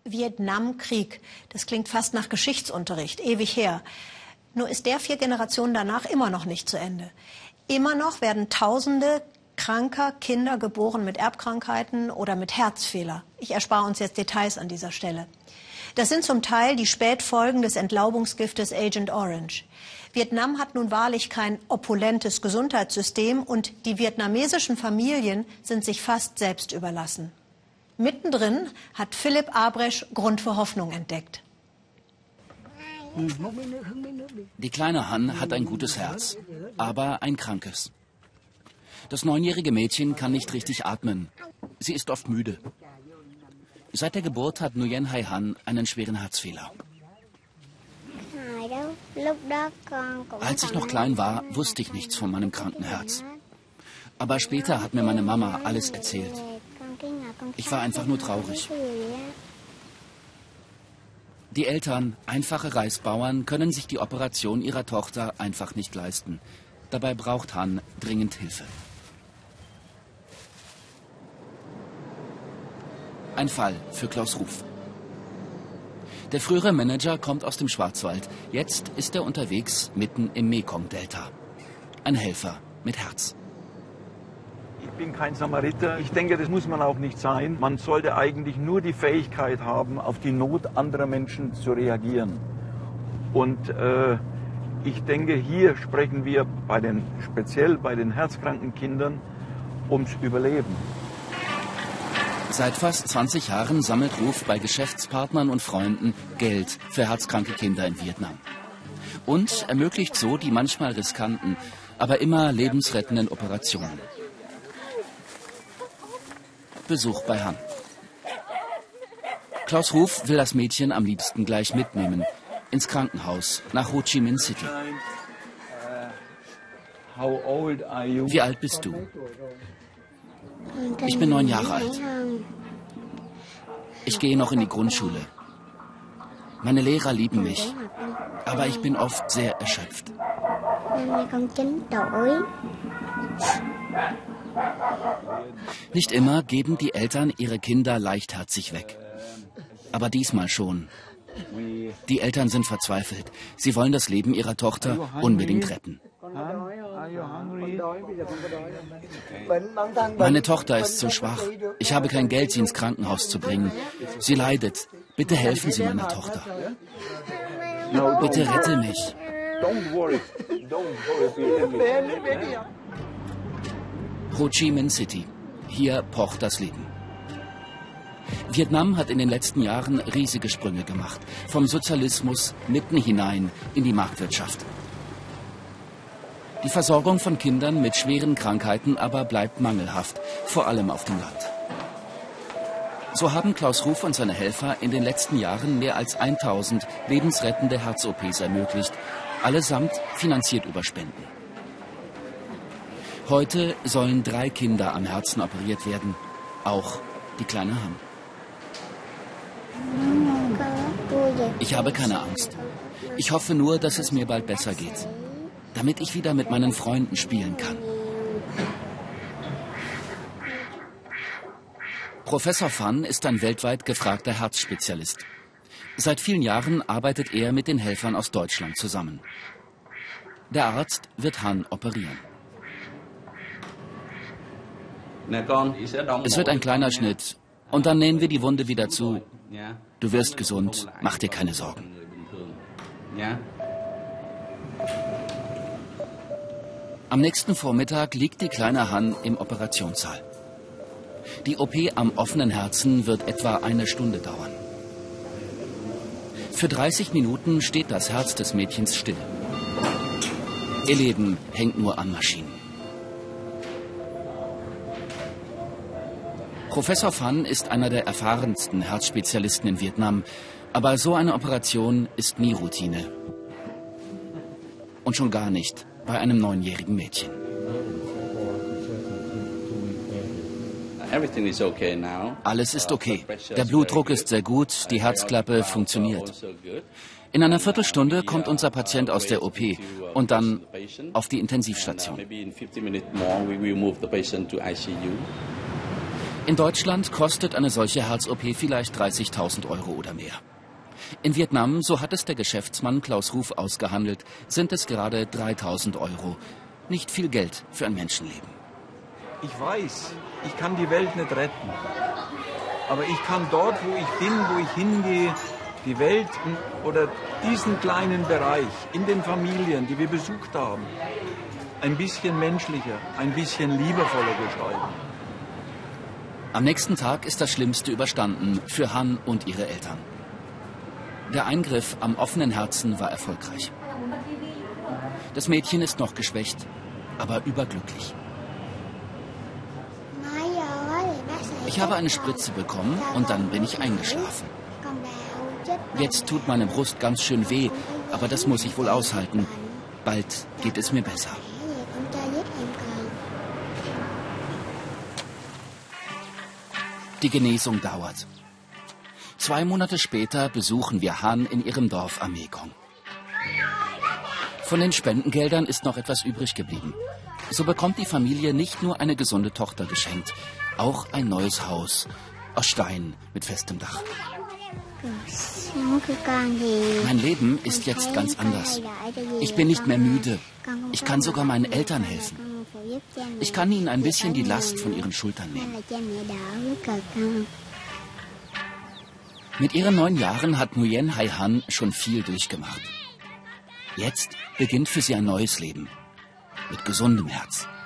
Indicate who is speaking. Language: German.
Speaker 1: Vietnamkrieg. Das klingt fast nach Geschichtsunterricht, ewig her. Nur ist der 4 Generationen danach immer noch nicht zu Ende. Immer noch werden Tausende kranker Kinder geboren mit Erbkrankheiten oder mit Herzfehler. Ich erspare uns jetzt Details an dieser Stelle. Das sind zum Teil die Spätfolgen des Entlaubungsgiftes Agent Orange. Vietnam hat nun wahrlich kein opulentes Gesundheitssystem und die vietnamesischen Familien sind sich fast selbst überlassen. Mittendrin hat Philipp Abresch Grund für Hoffnung entdeckt.
Speaker 2: Die kleine Han hat ein gutes Herz, aber ein krankes. Das 9-jährige Mädchen kann nicht richtig atmen. Sie ist oft müde. Seit der Geburt hat Nguyen Hai Han einen schweren Herzfehler. Als ich noch klein war, wusste ich nichts von meinem kranken Herz. Aber später hat mir meine Mama alles erzählt. Ich war einfach nur traurig. Die Eltern, einfache Reisbauern, können sich die Operation ihrer Tochter einfach nicht leisten. Dabei braucht Han dringend Hilfe. Ein Fall für Klaus Ruf. Der frühere Manager kommt aus dem Schwarzwald. Jetzt ist er unterwegs mitten im Mekong-Delta. Ein Helfer mit Herz.
Speaker 3: Ich bin kein Samariter. Ich denke, das muss man auch nicht sein. Man sollte eigentlich nur die Fähigkeit haben, auf die Not anderer Menschen zu reagieren. Und ich denke, hier sprechen wir speziell bei den herzkranken Kindern ums Überleben.
Speaker 2: Seit fast 20 Jahren sammelt Ruf bei Geschäftspartnern und Freunden Geld für herzkranke Kinder in Vietnam. Und ermöglicht so die manchmal riskanten, aber immer lebensrettenden Operationen. Besuch bei Han. Klaus Ruf will das Mädchen am liebsten gleich mitnehmen. Ins Krankenhaus nach Ho Chi Minh City. Wie alt bist du? Ich bin 9 Jahre alt. Ich gehe noch in die Grundschule. Meine Lehrer lieben mich, aber ich bin oft sehr erschöpft. Nicht immer geben die Eltern ihre Kinder leichtherzig weg. Aber diesmal schon. Die Eltern sind verzweifelt. Sie wollen das Leben ihrer Tochter unbedingt retten. Meine Tochter ist so schwach. Ich habe kein Geld, sie ins Krankenhaus zu bringen. Sie leidet. Bitte helfen Sie meiner Tochter. Bitte rette mich. Ho Chi Minh City. Hier pocht das Leben. Vietnam hat in den letzten Jahren riesige Sprünge gemacht. Vom Sozialismus mitten hinein in die Marktwirtschaft. Die Versorgung von Kindern mit schweren Krankheiten aber bleibt mangelhaft, vor allem auf dem Land. So haben Klaus Ruf und seine Helfer in den letzten Jahren mehr als 1000 lebensrettende Herz-OPs ermöglicht, allesamt finanziert über Spenden. Heute sollen 3 Kinder am Herzen operiert werden, auch die kleine Han. Ich habe keine Angst. Ich hoffe nur, dass es mir bald besser geht, damit ich wieder mit meinen Freunden spielen kann. Professor Phan ist ein weltweit gefragter Herzspezialist. Seit vielen Jahren arbeitet er mit den Helfern aus Deutschland zusammen. Der Arzt wird Han operieren. Es wird ein kleiner Schnitt und dann nähen wir die Wunde wieder zu. Du wirst gesund, mach dir keine Sorgen. Am nächsten Vormittag liegt die kleine Han im Operationssaal. Die OP am offenen Herzen wird etwa 1 Stunde dauern. Für 30 Minuten steht das Herz des Mädchens still. Ihr Leben hängt nur an Maschinen. Professor Phan ist einer der erfahrensten Herzspezialisten in Vietnam. Aber so eine Operation ist nie Routine. Und schon gar nicht bei einem 9-jährigen Mädchen. Alles ist okay. Der Blutdruck ist sehr gut, die Herzklappe funktioniert. In einer Viertelstunde kommt unser Patient aus der OP und dann auf die Intensivstation. In Deutschland kostet eine solche Herz-OP vielleicht 30.000 Euro oder mehr. In Vietnam, so hat es der Geschäftsmann Klaus Ruf ausgehandelt, sind es gerade 3.000 Euro. Nicht viel Geld für ein Menschenleben.
Speaker 3: Ich weiß, ich kann die Welt nicht retten. Aber ich kann dort, wo ich bin, wo ich hingehe, die Welt oder diesen kleinen Bereich in den Familien, die wir besucht haben, ein bisschen menschlicher, ein bisschen liebevoller gestalten.
Speaker 2: Am nächsten Tag ist das Schlimmste überstanden für Han und ihre Eltern. Der Eingriff am offenen Herzen war erfolgreich. Das Mädchen ist noch geschwächt, aber überglücklich. Ich habe eine Spritze bekommen und dann bin ich eingeschlafen. Jetzt tut meine Brust ganz schön weh, aber das muss ich wohl aushalten. Bald geht es mir besser. Die Genesung dauert. 2 Monate später besuchen wir Han in ihrem Dorf am Mekong. Von den Spendengeldern ist noch etwas übrig geblieben. So bekommt die Familie nicht nur eine gesunde Tochter geschenkt, auch ein neues Haus aus Stein mit festem Dach. Mein Leben ist jetzt ganz anders. Ich bin nicht mehr müde. Ich kann sogar meinen Eltern helfen. Ich kann ihnen ein bisschen die Last von ihren Schultern nehmen. Mit ihren 9 Jahren hat Nguyen Hai Han schon viel durchgemacht. Jetzt beginnt für sie ein neues Leben mit gesundem Herz.